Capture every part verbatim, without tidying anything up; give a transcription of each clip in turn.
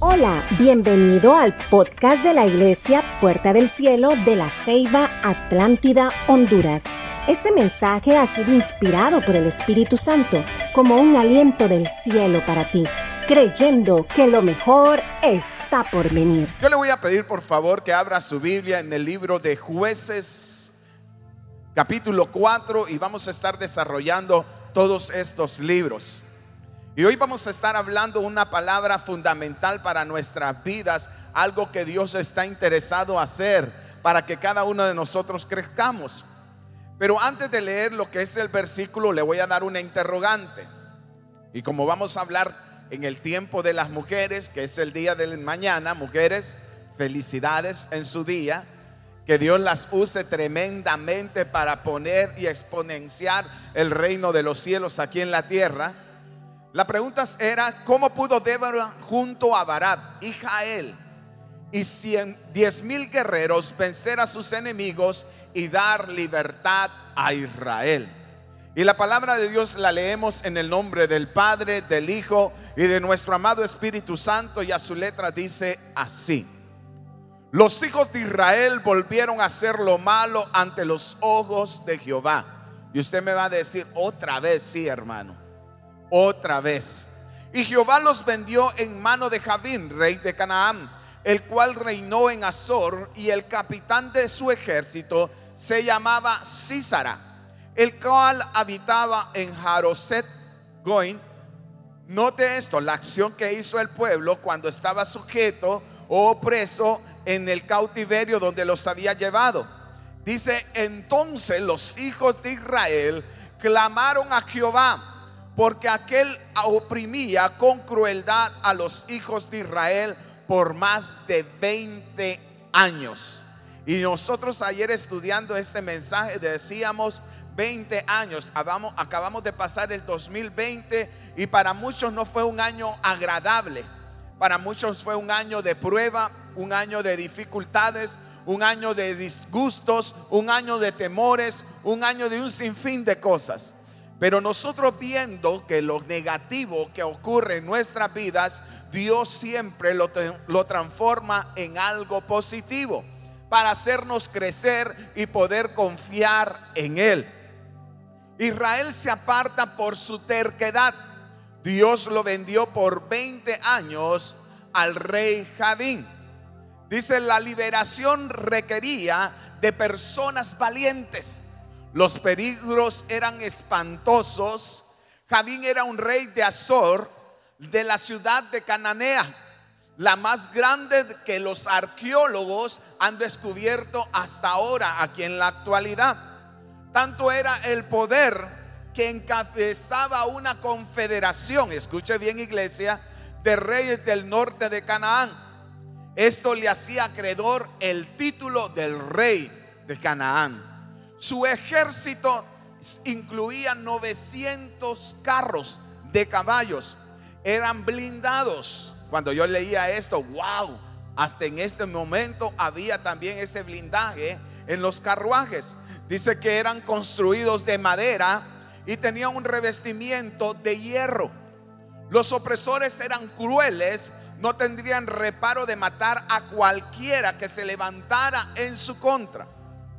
Hola, bienvenido al podcast de la Iglesia Puerta del Cielo de La Ceiba, Atlántida, Honduras. Este mensaje ha sido inspirado por el Espíritu Santo como un aliento del cielo para ti, creyendo que lo mejor está por venir. Yo le voy a pedir por favor que abra su Biblia en el libro de Jueces, capítulo cuatro, y vamos a estar desarrollando todos estos libros. Y hoy vamos a estar hablando una palabra fundamental para nuestras vidas, algo que Dios está interesado hacer para que cada uno de nosotros crezcamos. Pero antes de leer lo que es el versículo, le voy a dar una interrogante. Y como vamos a hablar en el tiempo de las mujeres, que es el día de mañana, mujeres, felicidades en su día. Que Dios las use tremendamente para poner y exponenciar el reino de los cielos aquí en la tierra. La pregunta era: ¿cómo pudo Débora junto a Barak y Jael y cien, diez mil guerreros vencer a sus enemigos y dar libertad a Israel? Y la palabra de Dios la leemos en el nombre del Padre, del Hijo y de nuestro amado Espíritu Santo, y a su letra dice así: los hijos de Israel volvieron a hacer lo malo ante los ojos de Jehová. Y usted me va a decir otra vez: sí, hermano, otra vez. Y Jehová los vendió en mano de Jabín, rey de Canaán, el cual reinó en Azor, y el capitán de su ejército se llamaba Sísara, el cual habitaba en Haroset Goin. Note esto, la acción que hizo el pueblo cuando estaba sujeto o preso en el cautiverio donde los había llevado. Dice: entonces los hijos de Israel clamaron a Jehová, porque aquel oprimía con crueldad a los hijos de Israel por más de veinte años. Y nosotros ayer estudiando este mensaje decíamos veinte años. Acabamos, acabamos de pasar el dos mil veinte y para muchos no fue un año agradable. Para muchos fue un año de prueba, un año de dificultades, un año de disgustos, un año de temores, un año de un sinfín de cosas. Pero nosotros, viendo que lo negativo que ocurre en nuestras vidas, Dios siempre lo, lo transforma en algo positivo para hacernos crecer y poder confiar en Él. Israel se aparta por su terquedad. Dios lo vendió por veinte años al rey Jabín. Dice: la liberación requería de personas valientes. Los peligros eran espantosos. Jabín era un rey de Azor, de la ciudad de Cananea, la más grande que los arqueólogos han descubierto hasta ahora aquí en la actualidad. Tanto era el poder que encabezaba una confederación, escuche bien, iglesia, de reyes del norte de Canaán. Esto le hacía acreedor el título del rey de Canaán. Su ejército incluía novecientos carros de caballos. Eran blindados. Cuando yo leía esto, wow, hasta en este momento había también ese blindaje en los carruajes. Dice que eran construidos de madera y tenían un revestimiento de hierro. Los opresores eran crueles, no tendrían reparo de matar a cualquiera que se levantara en su contra.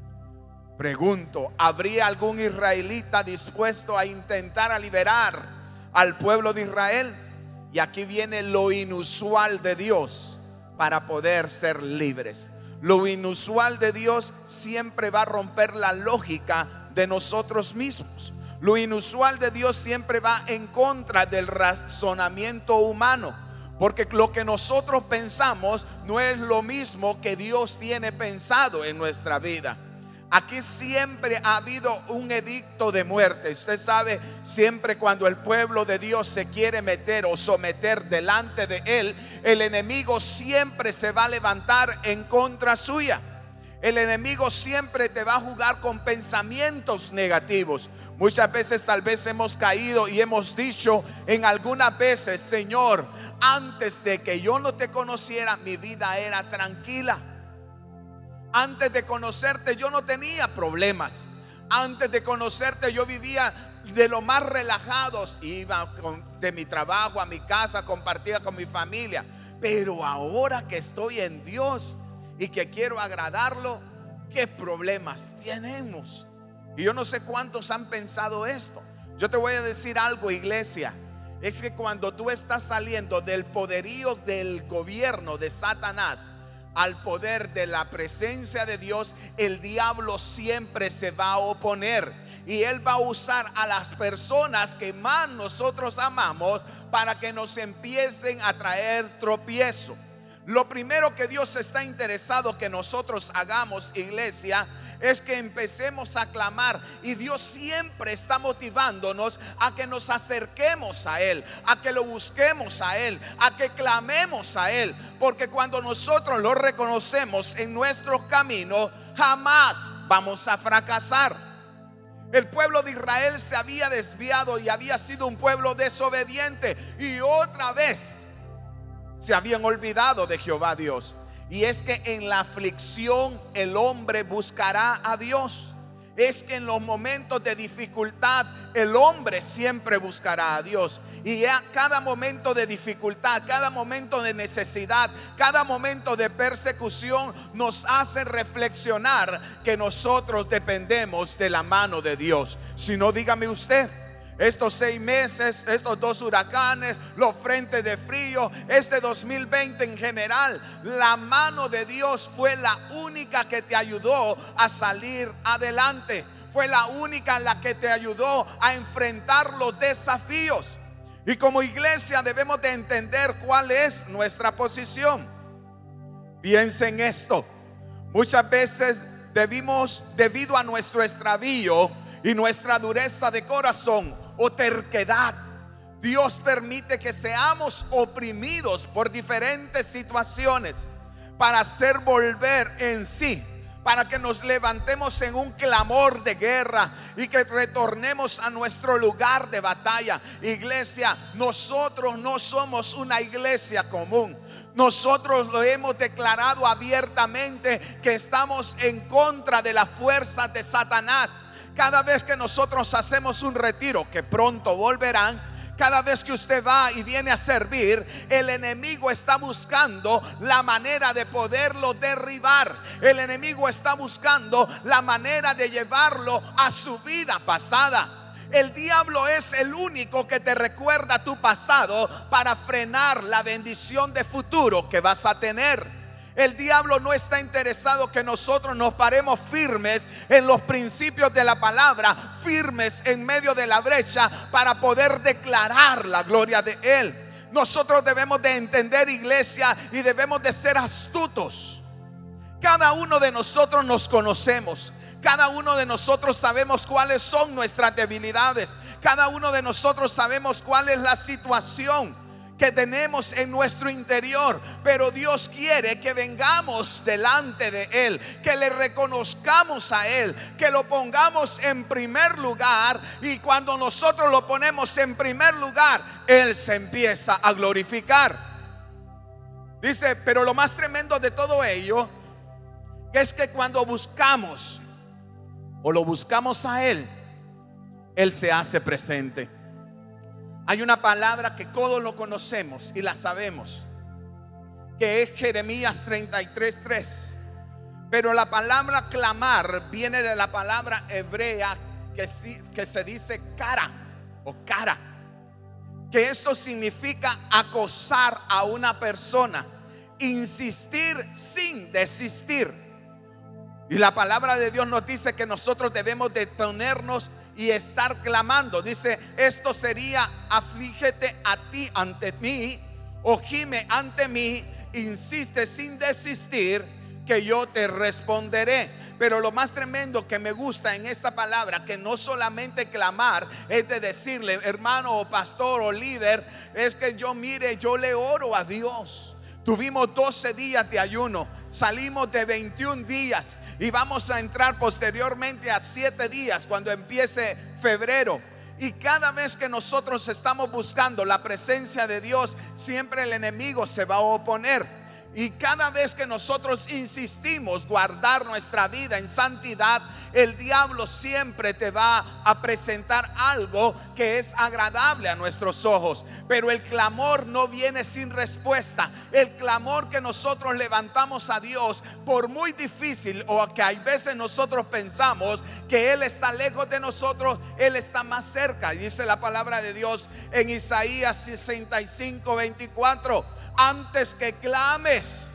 Pregunto: ¿habría algún israelita dispuesto a intentar a liberar al pueblo de Israel? Y aquí viene lo inusual de Dios para poder ser libres. Lo inusual de Dios siempre va a romper la lógica de nosotros mismos. Lo inusual de Dios siempre va en contra del razonamiento humano, porque lo que nosotros pensamos no es lo mismo que Dios tiene pensado en nuestra vida. Aquí siempre ha habido un edicto de muerte. Usted sabe, siempre cuando el pueblo de Dios se quiere meter o someter delante de Él, el enemigo siempre se va a levantar en contra suya. El enemigo siempre te va a jugar con pensamientos negativos. Muchas veces tal vez hemos caído y hemos dicho en algunas veces: Señor, antes de que yo no te conociera, mi vida era tranquila. Antes de conocerte yo no tenía problemas. Antes de conocerte yo vivía de lo más relajados. Iba de mi trabajo a mi casa, compartía con mi familia. pero ahora que estoy en Dios y que quiero agradarlo, ¿qué problemas tenemos? Y yo no sé cuántos han pensado esto. Yo te voy a decir algo, iglesia. Es que cuando tú estás saliendo del poderío del gobierno de Satanás al poder de la presencia de Dios, el diablo siempre se va a oponer. Y él va a usar a las personas que más nosotros amamos para que nos empiecen a traer tropiezo. Lo primero que Dios está interesado que nosotros hagamos, iglesia, es que empecemos a clamar. Y Dios siempre está motivándonos a que nos acerquemos a Él, a que lo busquemos a Él, a que clamemos a Él. Porque cuando nosotros lo reconocemos en nuestros caminos, jamás vamos a fracasar. El pueblo de Israel se había desviado y había sido un pueblo desobediente, y otra vez se habían olvidado de Jehová Dios. Y es que en la aflicción el hombre buscará a Dios. Es que en los momentos de dificultad el hombre siempre buscará a Dios. Y a cada momento de dificultad, cada momento de necesidad, cada momento de persecución nos hace reflexionar que nosotros dependemos de la mano de Dios. Si no, dígame usted, estos seis meses, estos dos huracanes, los frentes de frío, este dos mil veinte en general, la mano de Dios fue la única que te ayudó a salir adelante. Fue la única en la que te ayudó a enfrentar los desafíos. Y como iglesia debemos de entender cuál es nuestra posición. Piensa en esto. Muchas veces debimos, debido a nuestro extravío y nuestra dureza de corazón o terquedad, Dios permite que seamos oprimidos por diferentes situaciones para hacer volver en sí, para que nos levantemos en un clamor de guerra y que retornemos a nuestro lugar de batalla. Iglesia, nosotros no somos una iglesia común. Nosotros lo hemos declarado abiertamente que estamos en contra de las fuerzas de Satanás. Cada vez que nosotros hacemos un retiro, que pronto volverán, cada vez que usted va y viene a servir, el enemigo está buscando la manera de poderlo derribar. El enemigo está buscando la manera de llevarlo a su vida pasada. El diablo es el único que te recuerda tu pasado para frenar la bendición de futuro que vas a tener. El diablo no está interesado que nosotros nos paremos firmes en los principios de la palabra, firmes en medio de la brecha para poder declarar la gloria de Él. Nosotros debemos de entender, iglesia, y debemos de ser astutos. Cada uno de nosotros nos conocemos. Cada uno de nosotros sabemos cuáles son nuestras debilidades. Cada uno de nosotros sabemos cuál es la situación que tenemos en nuestro interior, pero Dios quiere que vengamos delante de Él, que le reconozcamos a Él, que lo pongamos en primer lugar, y cuando nosotros lo ponemos en primer lugar, Él se empieza a glorificar. Dice, pero lo más tremendo de todo ello es que cuando buscamos o lo buscamos a Él, Él se hace presente. Hay una palabra que todos lo conocemos y la sabemos, que es Jeremías treinta y tres, tres. Pero la palabra clamar viene de la palabra hebrea que, que se dice cara o cara, que esto significa acosar a una persona, insistir sin desistir. Y la palabra de Dios nos dice que nosotros debemos detenernos y estar clamando. Dice, esto sería: aflígete a ti ante mí, o gime ante mí, insiste sin desistir, que yo te responderé. Pero lo más tremendo que me gusta en esta palabra, que no solamente clamar es de decirle, hermano o pastor o líder, es que yo mire, yo le oro a Dios. Tuvimos doce días de ayuno, salimos de veintiún días y vamos a entrar posteriormente a siete días cuando empiece febrero. Y cada vez que nosotros estamos buscando la presencia de Dios, siempre el enemigo se va a oponer. Y cada vez que nosotros insistimos guardar nuestra vida en santidad, el diablo siempre te va a presentar algo que es agradable a nuestros ojos, pero el clamor no viene sin respuesta. El clamor que nosotros levantamos a Dios, por muy difícil o que hay veces nosotros pensamos que Él está lejos de nosotros, Él está más cerca. Dice la palabra de Dios en Isaías sesenta y cinco, veinticuatro: antes que clames,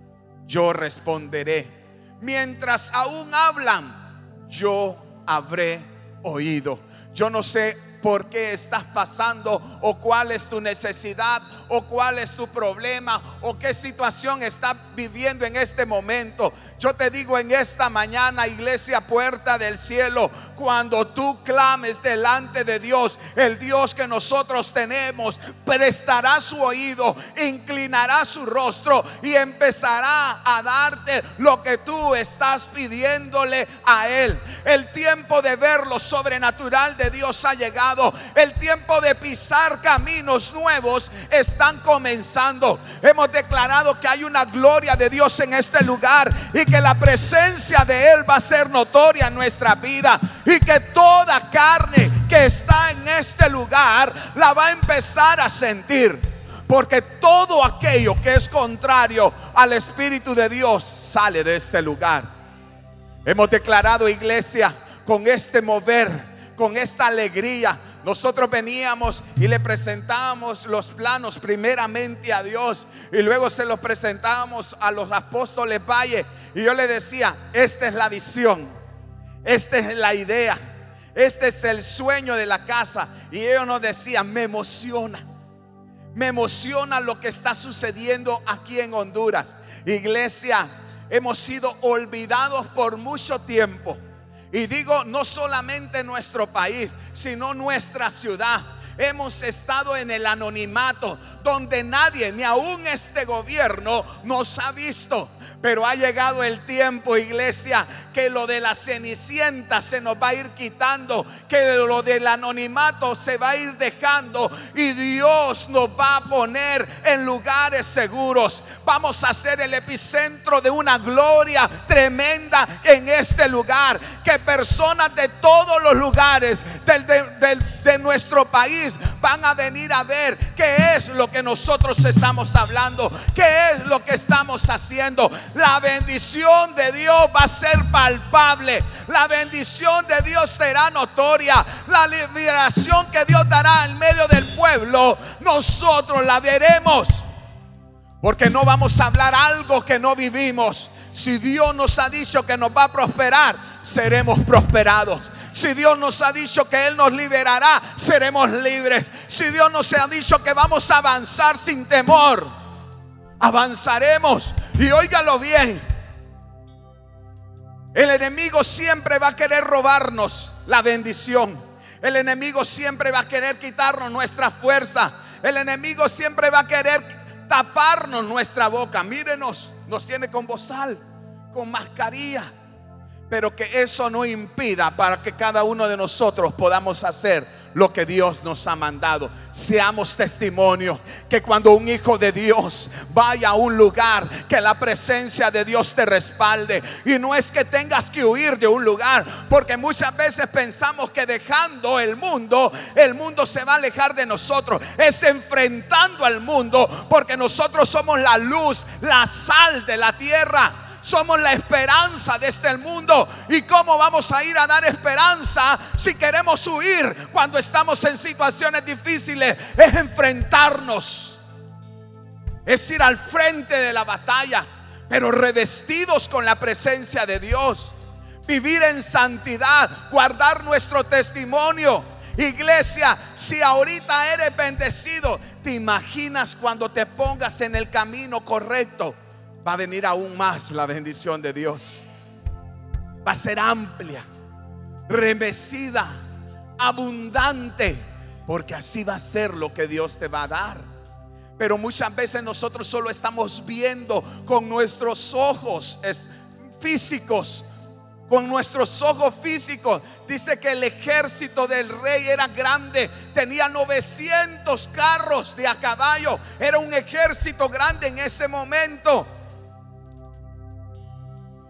yo responderé. Mientras aún hablan, yo habré oído. Yo no sé por qué estás pasando, o cuál es tu necesidad, o cuál es tu problema, o qué situación estás viviendo en este momento. Yo te digo en esta mañana, iglesia Puerta del Cielo, cuando tú clames delante de Dios, el Dios que nosotros tenemos prestará su oído, inclinará su rostro y empezará a darte lo que tú estás pidiéndole a Él. El tiempo de ver lo sobrenatural de Dios ha llegado. El tiempo de pisar caminos nuevos están comenzando. Hemos declarado que hay una gloria de Dios en este lugar y que la presencia de Él va a ser notoria en nuestra vida, y que toda carne que está en este lugar la va a empezar a sentir, porque todo aquello que es contrario al Espíritu de Dios sale de este lugar. Hemos declarado, iglesia, con este mover, con esta alegría, nosotros veníamos y le presentábamos los planos primeramente a Dios, y luego se los presentábamos a los apóstoles Valle, y yo le decía: esta es la visión, esta es la idea, este es el sueño de la casa. Y ellos nos decían: me emociona, me emociona lo que está sucediendo aquí en Honduras. Iglesia, hemos sido olvidados por mucho tiempo. Y digo, no solamente nuestro país, sino nuestra ciudad. Hemos estado en el anonimato, donde nadie, ni aún este gobierno, nos ha visto. Pero ha llegado el tiempo, iglesia, que lo de la cenicienta se nos va a ir quitando, que lo del anonimato se va a ir dejando, y Dios nos va a poner en lugares seguros. Vamos a ser el epicentro de una gloria tremenda en este lugar, que personas de todos los lugares del, de, de, de nuestro país van a venir a ver qué es lo que nosotros estamos hablando, qué es lo que estamos haciendo. La bendición de Dios va a ser palpable, la bendición de Dios será notoria, la liberación que Dios dará en medio del pueblo, nosotros la veremos, porque no vamos a hablar algo que no vivimos. Si Dios nos ha dicho que nos va a prosperar, seremos prosperados. Si Dios nos ha dicho que Él nos liberará, seremos libres. Si Dios nos ha dicho que vamos a avanzar sin temor, avanzaremos. Y óigalo bien, el enemigo siempre va a querer robarnos la bendición. El enemigo siempre va a querer quitarnos nuestra fuerza. El enemigo siempre va a querer taparnos nuestra boca. Mírenos, nos tiene con bozal, con mascarilla, pero que eso no impida para que cada uno de nosotros podamos hacer lo que Dios nos ha mandado. Seamos testimonio, que cuando un hijo de Dios vaya a un lugar, que la presencia de Dios te respalde. Y no es que tengas que huir de un lugar, porque muchas veces pensamos que dejando el mundo, el mundo se va a alejar de nosotros. Es enfrentando al mundo, porque nosotros somos la luz, la sal de la tierra. Somos la esperanza de este mundo. ¿Y cómo vamos a ir a dar esperanza si queremos huir cuando estamos en situaciones difíciles? Es enfrentarnos, es ir al frente de la batalla, pero revestidos con la presencia de Dios. Vivir en santidad, guardar nuestro testimonio. Iglesia, si ahorita eres bendecido, ¿te imaginas cuando te pongas en el camino correcto? Va a venir aún más la bendición de Dios. Va a ser amplia, remecida, abundante, porque así va a ser lo que Dios te va a dar. Pero muchas veces nosotros solo estamos viendo con nuestros ojos físicos. Con nuestros ojos físicos. Dice que el ejército del rey era grande, tenía novecientos carros de a caballo. Era un ejército grande en ese momento.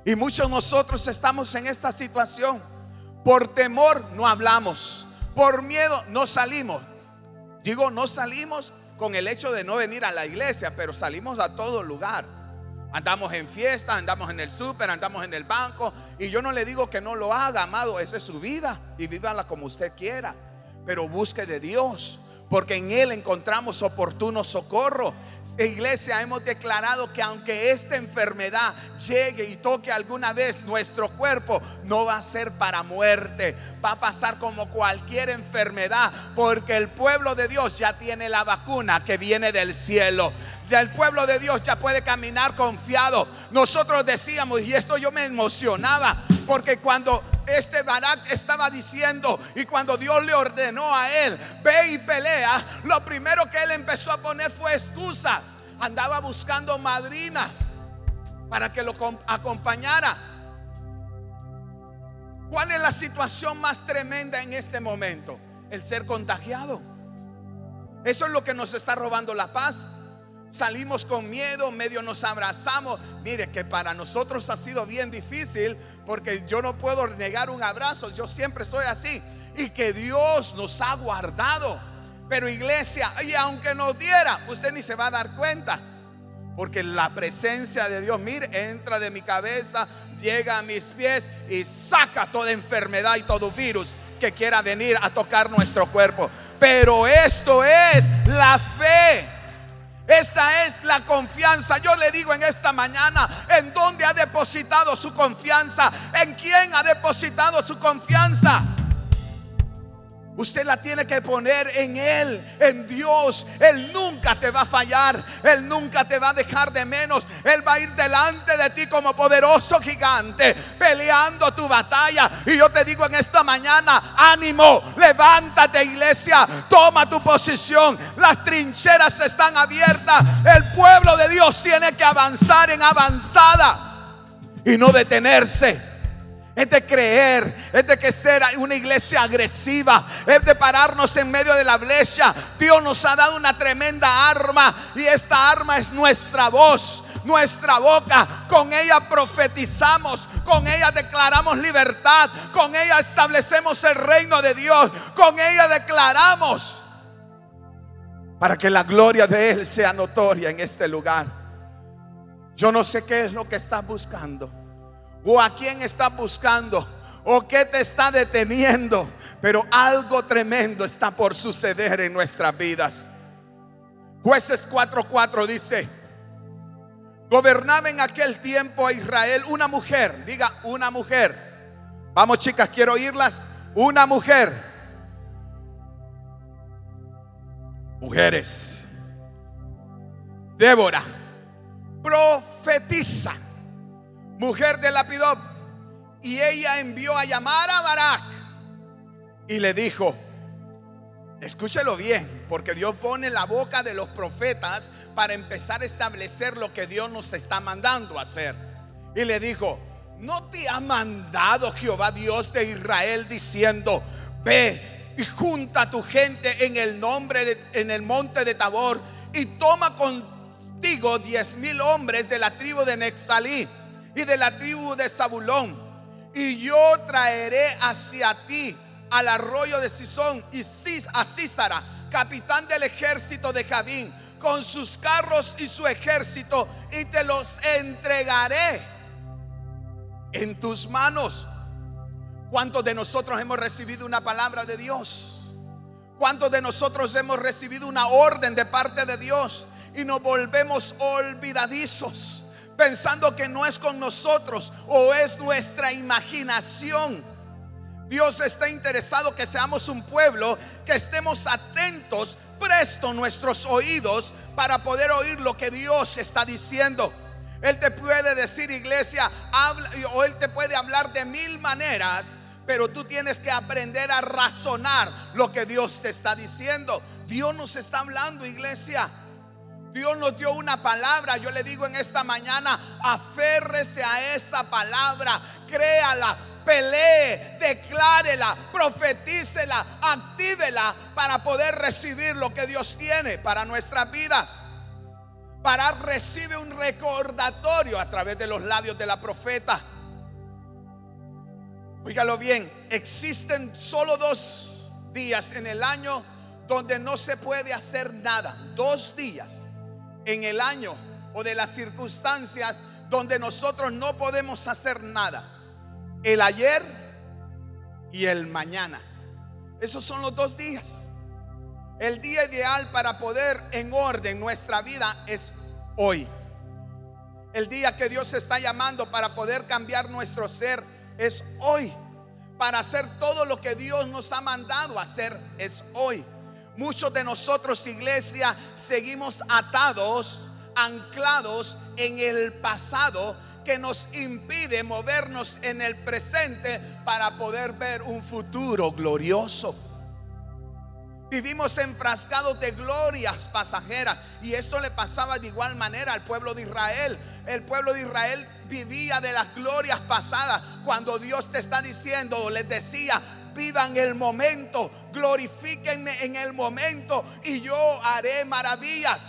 Y muchos de nosotros estamos en esta situación. Por temor no hablamos, por miedo no salimos. Digo, no salimos con el hecho de no venir a la iglesia, pero salimos a todo lugar. Andamos en fiesta, andamos en el súper, andamos en el banco. Y yo no le digo que no lo haga, amado. Esa es su vida y vívala como usted quiera. Pero busque de Dios, porque en Él encontramos oportuno socorro. Iglesia, hemos declarado que aunque esta enfermedad llegue y toque alguna vez nuestro cuerpo, no va a ser para muerte. Va a pasar como cualquier enfermedad, porque el pueblo de Dios ya tiene la vacuna que viene del cielo. Ya el pueblo de Dios ya puede caminar confiado. Nosotros decíamos, y esto yo me emocionaba, porque cuando este Barak estaba diciendo, y cuando Dios le ordenó a él, ve y pelea, lo primero que él empezó a poner fue excusa. Andaba buscando madrina para que lo acompañara. ¿Cuál es la situación más tremenda en este momento? El ser contagiado. Eso es lo que nos está robando la paz. Salimos con miedo, medio nos abrazamos. Mire que para nosotros ha sido bien difícil, porque yo no puedo negar un abrazo. Yo siempre soy así. Y que Dios nos ha guardado. Pero iglesia, y aunque nos diera, usted ni se va a dar cuenta, porque la presencia de Dios, mire, entra de mi cabeza, llega a mis pies y saca toda enfermedad y todo virus que quiera venir a tocar nuestro cuerpo. Pero esto es la fe. Esta es la confianza. Yo le digo en esta mañana, ¿en dónde ha depositado su confianza? ¿En quién ha depositado su confianza? Usted la tiene que poner en Él, en Dios. Él nunca te va a fallar. Él nunca te va a dejar de menos. Él va a ir delante de ti como poderoso gigante, peleando tu batalla. Y yo te digo en esta mañana, ánimo, levántate, iglesia, toma tu posición. Las trincheras están abiertas. El pueblo de Dios tiene que avanzar en avanzada y no detenerse. Es de creer, es de que ser una iglesia agresiva, es de pararnos en medio de la brecha. Dios nos ha dado una tremenda arma, y esta arma es nuestra voz, nuestra boca. Con ella profetizamos, con ella declaramos libertad, con ella establecemos el reino de Dios, con ella declaramos para que la gloria de Él sea notoria en este lugar. Yo no sé qué es lo que estás buscando, o a quién estás buscando, o qué te está deteniendo, pero algo tremendo está por suceder en nuestras vidas. Jueces cuatro cuatro dice: gobernaba en aquel tiempo a Israel una mujer. Diga, una mujer. Vamos, chicas, quiero oírlas. Una mujer. Mujeres. Débora, profetiza, mujer de Lapidoth, y ella envió a llamar a Barak y le dijo, escúchelo bien, porque Dios pone la boca de los profetas para empezar a establecer lo que Dios nos está mandando a hacer. Y le dijo: ¿no te ha mandado Jehová Dios de Israel diciendo, ve y junta a tu gente en el nombre de, en el monte de Tabor, y toma contigo diez mil hombres de la tribu de Neftalí y de la tribu de Zabulón, y yo traeré hacia ti al arroyo de Sison y a Sísara, capitán del ejército de Javín, con sus carros y su ejército, y te los entregaré en tus manos? ¿Cuántos de nosotros hemos recibido una palabra de Dios? ¿Cuántos de nosotros hemos recibido una orden de parte de Dios y nos volvemos olvidadizos, pensando que no es con nosotros o es nuestra imaginación? Dios está interesado que seamos un pueblo que estemos atentos, presto nuestros oídos para poder oír lo que Dios está diciendo. Él te puede decir, iglesia, habla, o Él te puede hablar de mil maneras, pero tú tienes que aprender a razonar lo que Dios te está diciendo. Dios nos está hablando, iglesia. Dios nos dio una palabra. Yo le digo en esta mañana, aférrese a esa palabra, créala, pelee, declárela, profetícela, actívela para poder recibir lo que Dios tiene para nuestras vidas. Barak recibe un recordatorio a través de los labios de la profeta. Óigalo bien, existen solo dos días en el año donde no se puede hacer nada. Dos días en el año o de las circunstancias donde nosotros no podemos hacer nada: el ayer y el mañana. Esos son los dos días. El día ideal para poder en orden nuestra vida es hoy. El día que Dios está llamando para poder cambiar nuestro ser es hoy. Para hacer todo lo que Dios nos ha mandado a hacer es hoy. Muchos de nosotros, iglesia, seguimos atados, anclados en el pasado, que nos impide movernos en el presente para poder ver un futuro glorioso. Vivimos enfrascados de glorias pasajeras, y esto le pasaba de igual manera al pueblo de Israel. El pueblo de Israel vivía de las glorias pasadas, cuando Dios te está diciendo, les decía: vivan el momento, glorifíquenme en el momento y yo haré maravillas.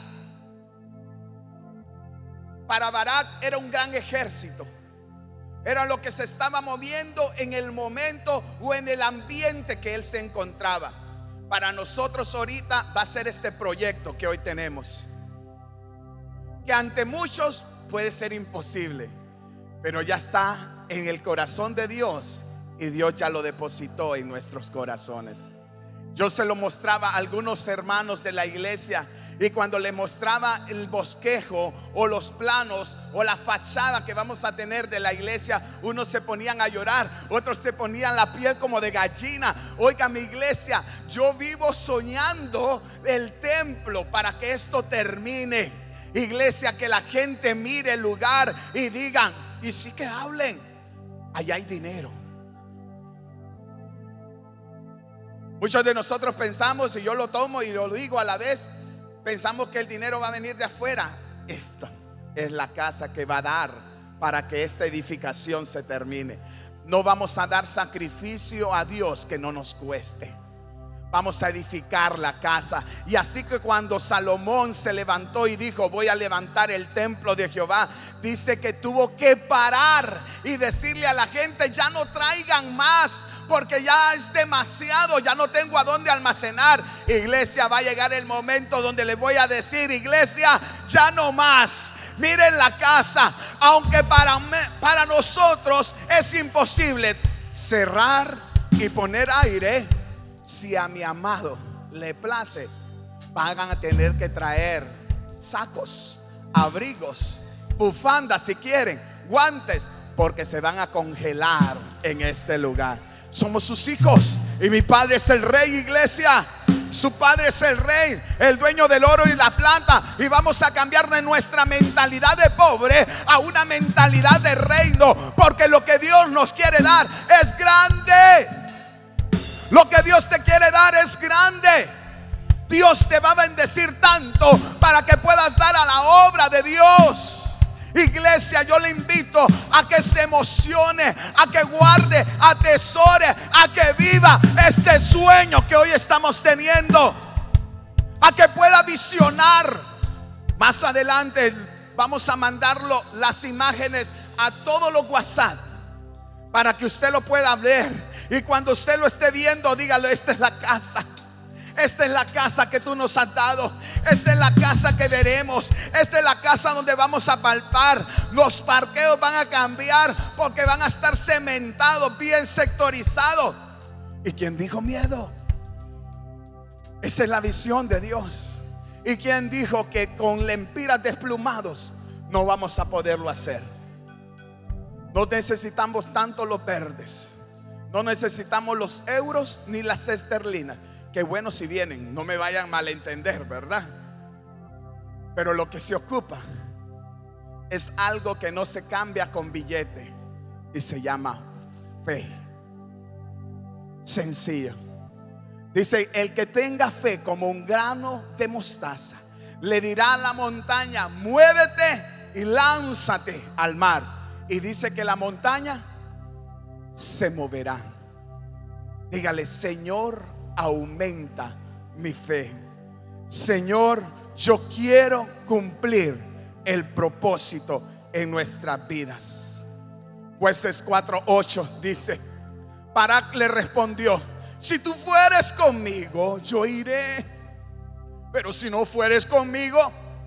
Para Barak era un gran ejército, era lo que se estaba moviendo en el momento o en el ambiente que él se encontraba. Para nosotros ahorita va a ser este proyecto que hoy tenemos, que ante muchos puede ser imposible, pero ya está en el corazón de Dios y Dios ya lo depositó en nuestros corazones. Yo se lo mostraba a algunos hermanos de la iglesia, y cuando le mostraba el bosquejo o los planos o la fachada que vamos a tener de la iglesia, unos se ponían a llorar, otros se ponían la piel como de gallina. Oiga, mi iglesia, yo vivo soñando el templo para que esto termine. Iglesia, que la gente mire el lugar y digan, y sí que hablen, allá hay dinero. Muchos de nosotros pensamos, y yo lo tomo y lo digo a la vez, pensamos que el dinero va a venir de afuera. Esta es la casa que va a dar para que esta edificación se termine. No vamos a dar sacrificio a Dios que no nos cueste. Vamos a edificar la casa. Y así que cuando Salomón se levantó y dijo: voy a levantar el templo de Jehová, dice que tuvo que parar y decirle a la gente: ya no traigan más, porque ya es demasiado, ya no tengo a dónde almacenar. Iglesia, va a llegar el momento donde le voy a decir: iglesia, ya no más. Miren la casa, aunque para, para nosotros es imposible cerrar y poner aire, si a mi amado le place, van a tener que traer sacos, abrigos, bufandas si quieren, guantes, porque se van a congelar en este lugar. Somos sus hijos y mi Padre es el Rey, iglesia. Su Padre es el Rey, el dueño del oro y la plata. Y vamos a cambiar de nuestra mentalidad de pobre a una mentalidad de reino, porque lo que Dios nos quiere dar es grande. Lo que Dios te quiere dar es grande. Dios te va a bendecir tanto para que puedas dar a la obra de Dios. Iglesia, yo le invito a que se emocione, a que guarde, atesore, a que viva este sueño que hoy estamos teniendo, a que pueda visionar. Más adelante vamos a mandarlo las imágenes a todos los WhatsApp para que usted lo pueda ver, y cuando usted lo esté viendo, dígalo: esta es la casa. Esta es la casa que tú nos has dado. Esta es la casa que veremos. Esta es la casa donde vamos a palpar. Los parqueos van a cambiar porque van a estar cementados, bien sectorizados. ¿Y quién dijo miedo? Esa es la visión de Dios. ¿Y quién dijo que con lempiras desplumados no vamos a poderlo hacer? No necesitamos tanto los verdes, no necesitamos los euros ni las esterlinas. Que bueno si vienen, no me vayan a malentender, ¿verdad? Pero lo que se ocupa es algo que no se cambia con billete, y se llama fe. Sencillo. Dice: el que tenga fe como un grano de mostaza, le dirá a la montaña: muévete y lánzate al mar. Y dice que la montaña se moverá. Dígale: Señor, aumenta mi fe. Señor, yo quiero cumplir el propósito en nuestras vidas. Jueces cuatro ocho dice: Barak le respondió: si tú fueres conmigo, yo iré, pero si no fueres conmigo,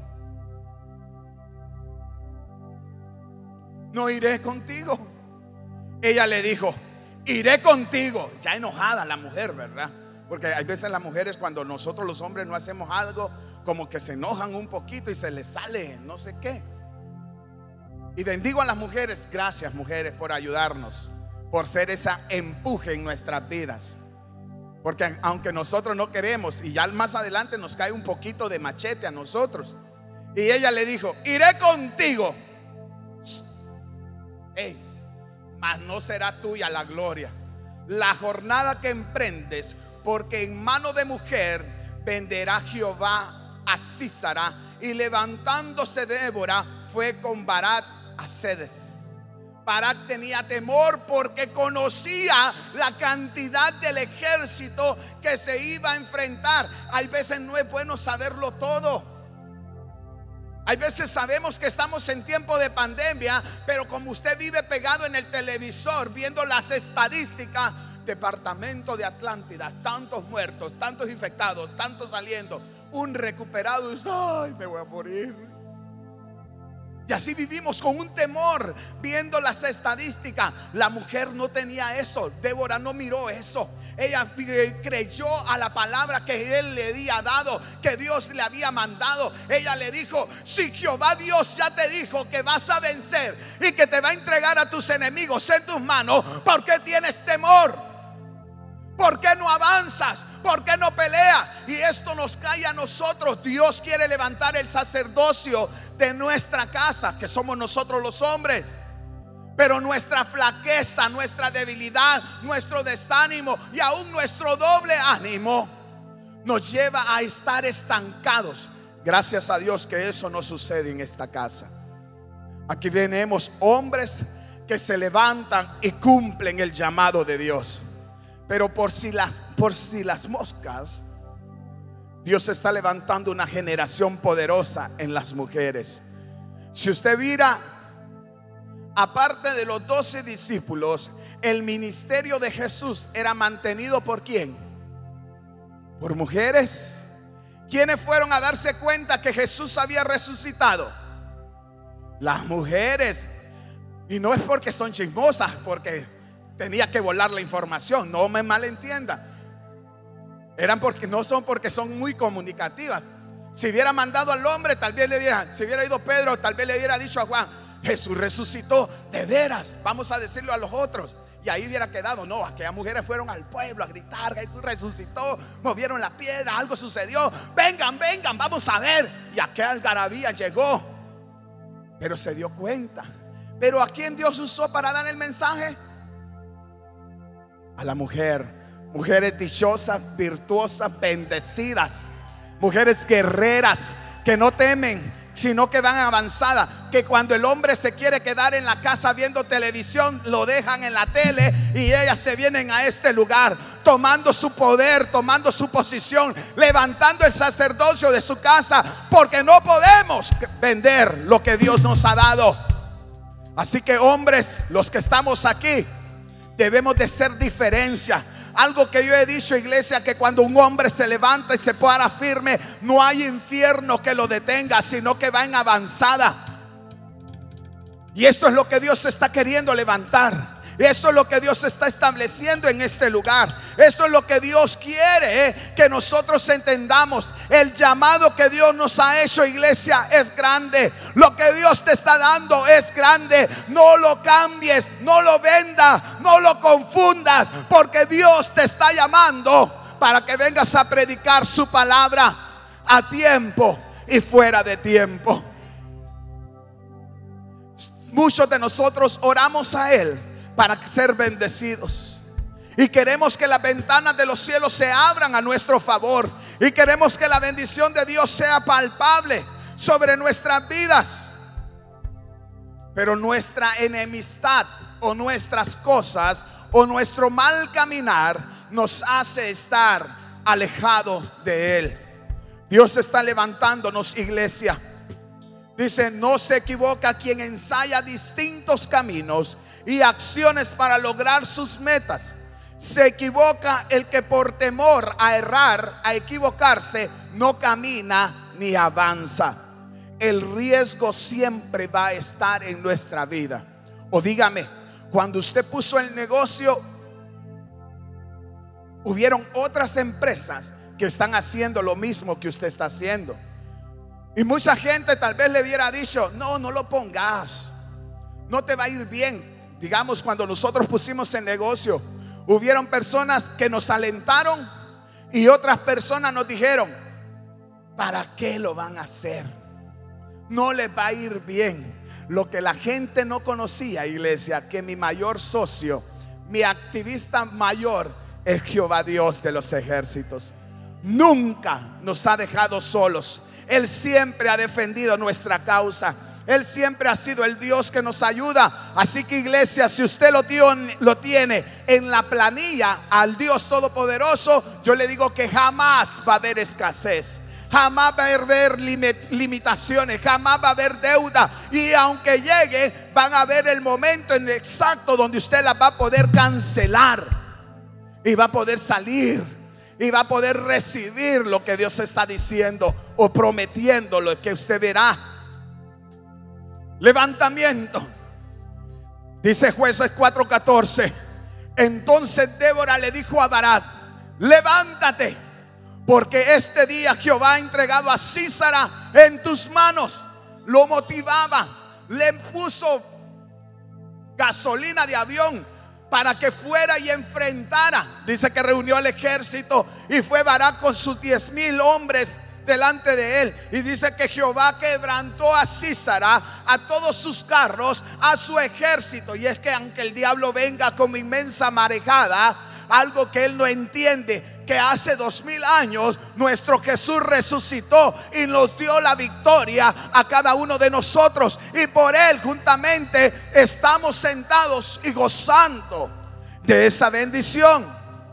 no iré contigo. Ella le dijo: iré contigo. Ya enojada la mujer, ¿verdad? Porque hay veces las mujeres, cuando nosotros los hombres no hacemos algo, como que se enojan un poquito y se les sale no sé qué. Y bendigo a las mujeres. Gracias, mujeres, por ayudarnos, por ser esa empuje en nuestras vidas. Porque aunque nosotros no queremos, y ya más adelante nos cae un poquito de machete a nosotros. Y ella le dijo: iré contigo, hey, mas no será tuya la gloria, la jornada que emprendes, porque en mano de mujer venderá Jehová a Sísara. Y levantándose Débora, fue con Barak a Cedes. Barak tenía temor porque conocía la cantidad del ejército que se iba a enfrentar. Hay veces no es bueno saberlo todo. Hay veces sabemos que estamos en tiempo de pandemia, pero como usted vive pegado en el televisor viendo las estadísticas, departamento de Atlántida, tantos muertos, tantos infectados, tantos saliendo, un recuperado, y usted, ay, me voy a morir. Y así vivimos con un temor viendo las estadísticas. La mujer no tenía eso. Débora no miró eso. Ella creyó a la palabra que él le había dado, que Dios le había mandado. Ella le dijo: si Jehová Dios ya te dijo que vas a vencer y que te va a entregar a tus enemigos en tus manos, ¿por qué tienes temor? ¿Por qué no avanzas? ¿Por qué no peleas? Y esto nos cae a nosotros. Dios quiere levantar el sacerdocio de nuestra casa, que somos nosotros los hombres. Pero nuestra flaqueza, nuestra debilidad, nuestro desánimo y aún nuestro doble ánimo nos lleva a estar estancados. Gracias a Dios que eso no sucede en esta casa. Aquí tenemos hombres que se levantan y cumplen el llamado de Dios. Pero por si las, por si las moscas, Dios está levantando una generación poderosa en las mujeres. Si usted mira, aparte de los doce discípulos, el ministerio de Jesús era mantenido ¿por quién? Por mujeres. ¿Quiénes fueron a darse cuenta que Jesús había resucitado? Las mujeres. Y no es porque son chismosas, porque tenía que volar la información, no me malentienda. Eran porque no son porque son muy comunicativas. Si hubiera mandado al hombre, tal vez le diera, si hubiera ido Pedro, tal vez le hubiera dicho a Juan: Jesús resucitó, de veras, vamos a decirlo a los otros. Y ahí hubiera quedado. No, aquellas mujeres fueron al pueblo a gritar: Jesús resucitó, movieron la piedra, algo sucedió, vengan, vengan, vamos a ver. Y aquella algarabía llegó. Pero se dio cuenta. Pero ¿a quién Dios usó para dar el mensaje? A la mujer. Mujeres dichosas, virtuosas, bendecidas. Mujeres guerreras que no temen, sino que van avanzadas. Que cuando el hombre se quiere quedar en la casa viendo televisión, lo dejan en la tele y ellas se vienen a este lugar, tomando su poder, tomando su posición, levantando el sacerdocio de su casa, porque no podemos vender lo que Dios nos ha dado. Así que hombres, los que estamos aquí, debemos de ser diferencia. Algo que yo he dicho, iglesia, que cuando un hombre se levanta y se para firme, no hay infierno que lo detenga, sino que va en avanzada. Y esto es lo que Dios está queriendo levantar. Esto es lo que Dios está estableciendo en este lugar. Esto es lo que Dios quiere, eh, que nosotros entendamos. El llamado que Dios nos ha hecho, iglesia, es grande. Lo que Dios te está dando es grande. No lo cambies, no lo vendas, no lo confundas, porque Dios te está llamando para que vengas a predicar su palabra a tiempo y fuera de tiempo. Muchos de nosotros oramos a Él para ser bendecidos, y queremos que las ventanas de los cielos se abran a nuestro favor, y queremos que la bendición de Dios sea palpable sobre nuestras vidas. Pero nuestra enemistad o nuestras cosas o nuestro mal caminar nos hace estar alejados de Él. Dios está levantándonos, iglesia. Dice: no se equivoca quien ensaya distintos caminos y acciones para lograr sus metas. Se equivoca el que por temor a errar, a equivocarse, no camina ni avanza. El riesgo siempre va a estar en nuestra vida. O dígame, cuando usted puso el negocio, hubieron otras empresas que están haciendo lo mismo que usted está haciendo. Y mucha gente tal vez le hubiera dicho: no, no lo pongas, no te va a ir bien. Digamos, cuando nosotros pusimos el negocio, hubieron personas que nos alentaron y otras personas nos dijeron: ¿para qué lo van a hacer? No les va a ir bien. Lo que la gente no conocía, iglesia, que mi mayor socio, mi activista mayor, es Jehová Dios de los ejércitos. Nunca nos ha dejado solos. Él siempre ha defendido nuestra causa. Él siempre ha sido el Dios que nos ayuda. Así que, iglesia, si usted lo tiene, lo tiene en la planilla al Dios Todopoderoso, yo le digo que jamás va a haber escasez, jamás va a haber limitaciones, jamás va a haber deuda. Y aunque llegue, van a haber el momento en exacto donde usted la va a poder cancelar y va a poder salir y va a poder recibir lo que Dios está diciendo o prometiendo, lo que usted verá. Levantamiento. Dice Jueces cuatro catorce. Entonces Débora le dijo a Barak: levántate, porque este día Jehová ha entregado a Sísara en tus manos. Lo motivaba, le puso gasolina de avión para que fuera y enfrentara. Dice que reunió al ejército y fue Barak con sus diez mil hombres delante de él. Y dice que Jehová quebrantó a Sísara, a todos sus carros, a su ejército. Y es que aunque el diablo venga como inmensa marejada, algo que él no entiende, que hace dos mil años nuestro Jesús resucitó y nos dio la victoria a cada uno de nosotros, y por él juntamente estamos sentados y gozando de esa bendición.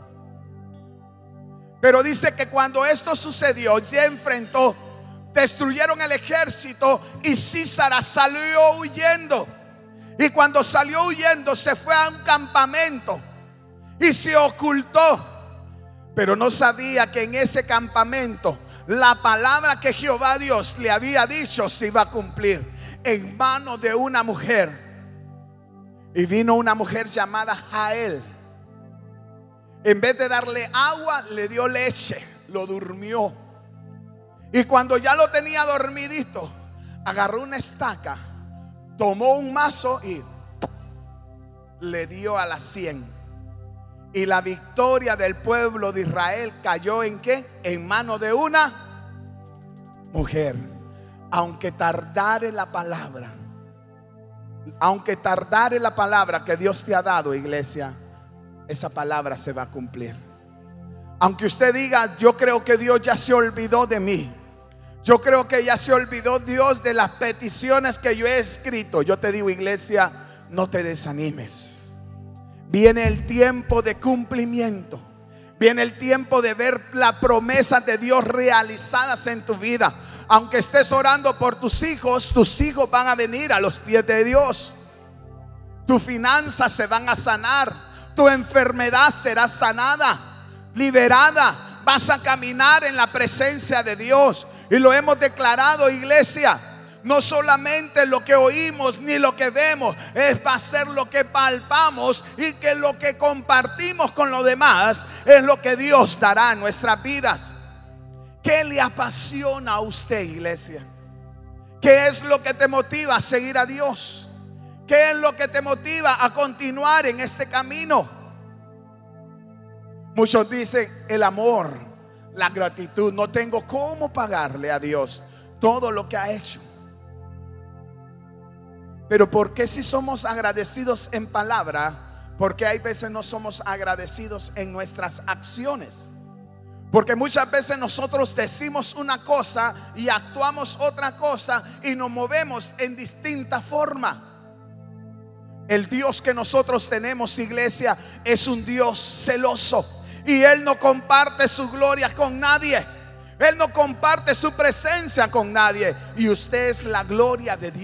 Pero dice que cuando esto sucedió, ya enfrentó, destruyeron el ejército y Sísara salió huyendo. Y cuando salió huyendo, se fue a un campamento y se ocultó. Pero no sabía que en ese campamento la palabra que Jehová Dios le había dicho se iba a cumplir en manos de una mujer. Y vino una mujer llamada Jael. En vez de darle agua, le dio leche, lo durmió. Y cuando ya lo tenía dormidito, agarró una estaca, tomó un mazo y le dio a la sien. Y la victoria del pueblo de Israel cayó ¿en qué? En manos de una mujer. Aunque tardare la palabra, aunque tardare la palabra que Dios te ha dado, iglesia, esa palabra se va a cumplir. Aunque usted diga: yo creo que Dios ya se olvidó de mí, yo creo que ya se olvidó Dios de las peticiones que yo he escrito, yo te digo, iglesia, no te desanimes. Viene el tiempo de cumplimiento. Viene el tiempo de ver las promesas de Dios realizadas en tu vida. Aunque estés orando por tus hijos, tus hijos van a venir a los pies de Dios. Tus finanzas se van a sanar. Tu enfermedad será sanada, liberada. Vas a caminar en la presencia de Dios. Y lo hemos declarado, iglesia. No solamente lo que oímos ni lo que vemos, es va a ser lo que palpamos, y que lo que compartimos con los demás es lo que Dios dará en nuestras vidas. ¿Qué le apasiona a usted, iglesia? ¿Qué es lo que te motiva a seguir a Dios? ¿Qué es lo que te motiva a continuar en este camino? Muchos dicen: el amor, la gratitud. No tengo cómo pagarle a Dios todo lo que ha hecho. Pero ¿por qué si somos agradecidos en palabra? Porque hay veces no somos agradecidos en nuestras acciones. Porque muchas veces nosotros decimos una cosa y actuamos otra cosa y nos movemos en distinta forma. El Dios que nosotros tenemos, iglesia, es un Dios celoso, y Él no comparte su gloria con nadie. Él no comparte su presencia con nadie. Y usted es la gloria de Dios.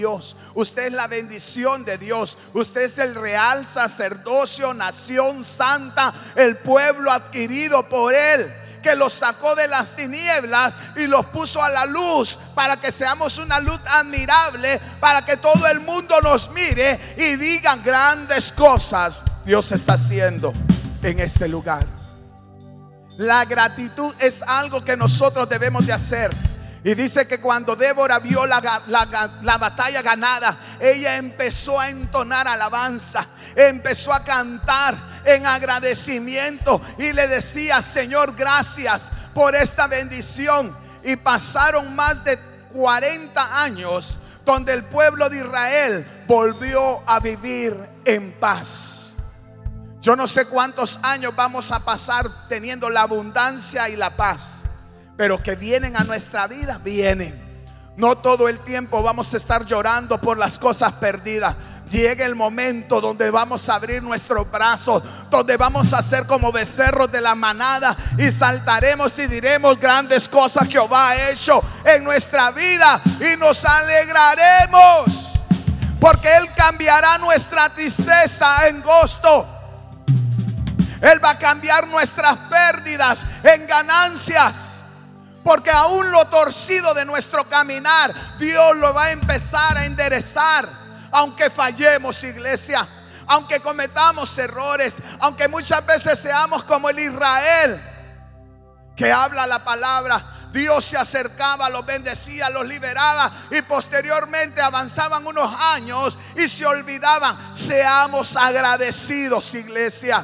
Usted es la bendición de Dios. Usted es el real sacerdocio, nación santa, el pueblo adquirido por Él, que los sacó de las tinieblas y los puso a la luz, para que seamos una luz admirable, para que todo el mundo nos mire y digan: grandes cosas Dios está haciendo en este lugar. La gratitud es algo que nosotros debemos de hacer. Y dice que cuando Débora vio la, la, la batalla ganada, ella empezó a entonar alabanza, empezó a cantar en agradecimiento y le decía: Señor, gracias por esta bendición. Y pasaron más de cuarenta años donde el pueblo de Israel volvió a vivir en paz. Yo no sé cuántos años vamos a pasar teniendo la abundancia y la paz, pero que vienen a nuestra vida, vienen. No todo el tiempo vamos a estar llorando por las cosas perdidas. Llega el momento donde vamos a abrir nuestros brazos, donde vamos a ser como becerros de la manada y saltaremos y diremos: grandes cosas Jehová ha hecho en nuestra vida, y nos alegraremos, porque Él cambiará nuestra tristeza en gozo. Él va a cambiar nuestras pérdidas en ganancias, porque aún lo torcido de nuestro caminar, Dios lo va a empezar a enderezar. Aunque fallemos, iglesia, aunque cometamos errores, aunque muchas veces seamos como el Israel que habla la palabra, Dios se acercaba, los bendecía, los liberaba, y posteriormente avanzaban unos años y se olvidaban. Seamos agradecidos, iglesia.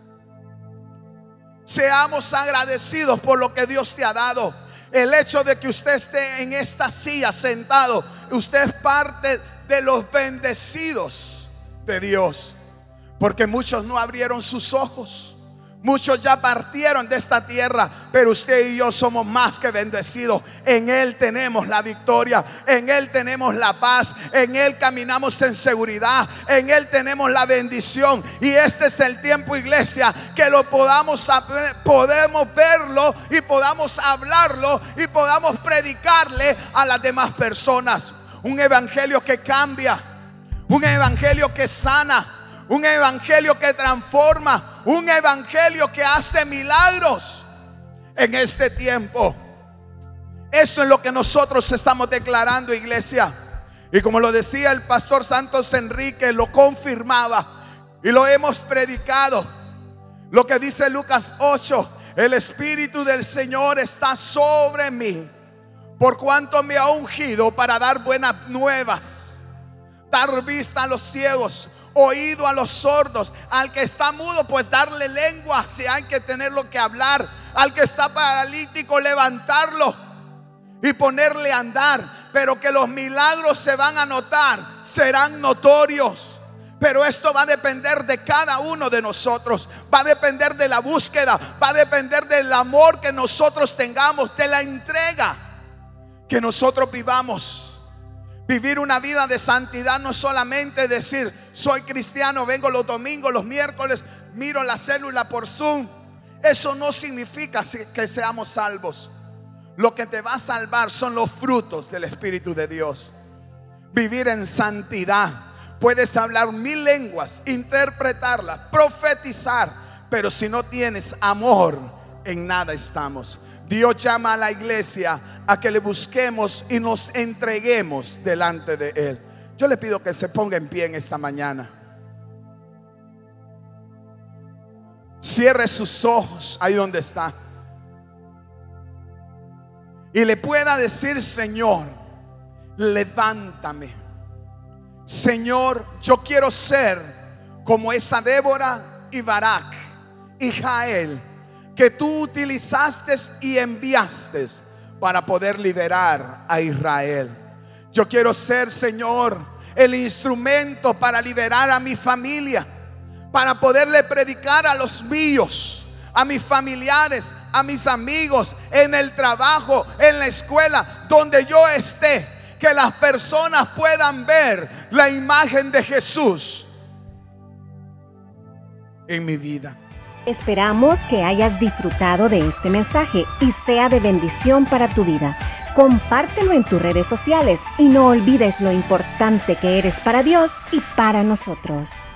Seamos agradecidos por lo que Dios te ha dado. El hecho de que usted esté en esta silla sentado, usted es parte de los bendecidos de Dios, porque muchos no abrieron sus ojos. Muchos ya partieron de esta tierra, pero usted y yo somos más que bendecidos. En Él tenemos la victoria, en Él tenemos la paz, en Él caminamos en seguridad, en Él tenemos la bendición. Y este es el tiempo, iglesia, que lo podamos, podemos verlo y podamos hablarlo y podamos predicarle a las demás personas. Un evangelio que cambia, un evangelio que sana, un evangelio que transforma, un evangelio que hace milagros en este tiempo. Eso es lo que nosotros estamos declarando, iglesia. Y como lo decía el pastor Santos Enrique, lo confirmaba y lo hemos predicado. Lo que dice Lucas ocho: el Espíritu del Señor está sobre mí, por cuanto me ha ungido para dar buenas nuevas, dar vista a los ciegos, oído a los sordos, al que está mudo pues darle lengua si hay que tenerlo que hablar, al que está paralítico levantarlo y ponerle a andar. Pero que los milagros se van a notar, serán notorios. Pero esto va a depender de cada uno de nosotros, va a depender de la búsqueda, va a depender del amor que nosotros tengamos, de la entrega que nosotros vivamos. Vivir una vida de santidad no es solamente decir: soy cristiano, vengo los domingos, los miércoles, miro la célula por Zoom. Eso no significa que seamos salvos. Lo que te va a salvar son los frutos del Espíritu de Dios. Vivir en santidad. Puedes hablar mil lenguas, interpretarlas, profetizar, pero si no tienes amor, en nada estamos. Dios llama a la iglesia a que le busquemos y nos entreguemos delante de Él. Yo le pido que se ponga en pie en esta mañana. Cierre sus ojos ahí donde está y le pueda decir: Señor, levántame. Señor, yo quiero ser como esa Débora y Barak y Jael, que tú utilizaste y enviaste para poder liberar a Israel. Yo quiero ser, Señor, el instrumento para liberar a mi familia, para poderle predicar a los míos, a mis familiares, a mis amigos, en el trabajo, en la escuela, donde yo esté, que las personas puedan ver la imagen de Jesús en mi vida. Esperamos que hayas disfrutado de este mensaje y sea de bendición para tu vida. Compártelo en tus redes sociales y no olvides lo importante que eres para Dios y para nosotros.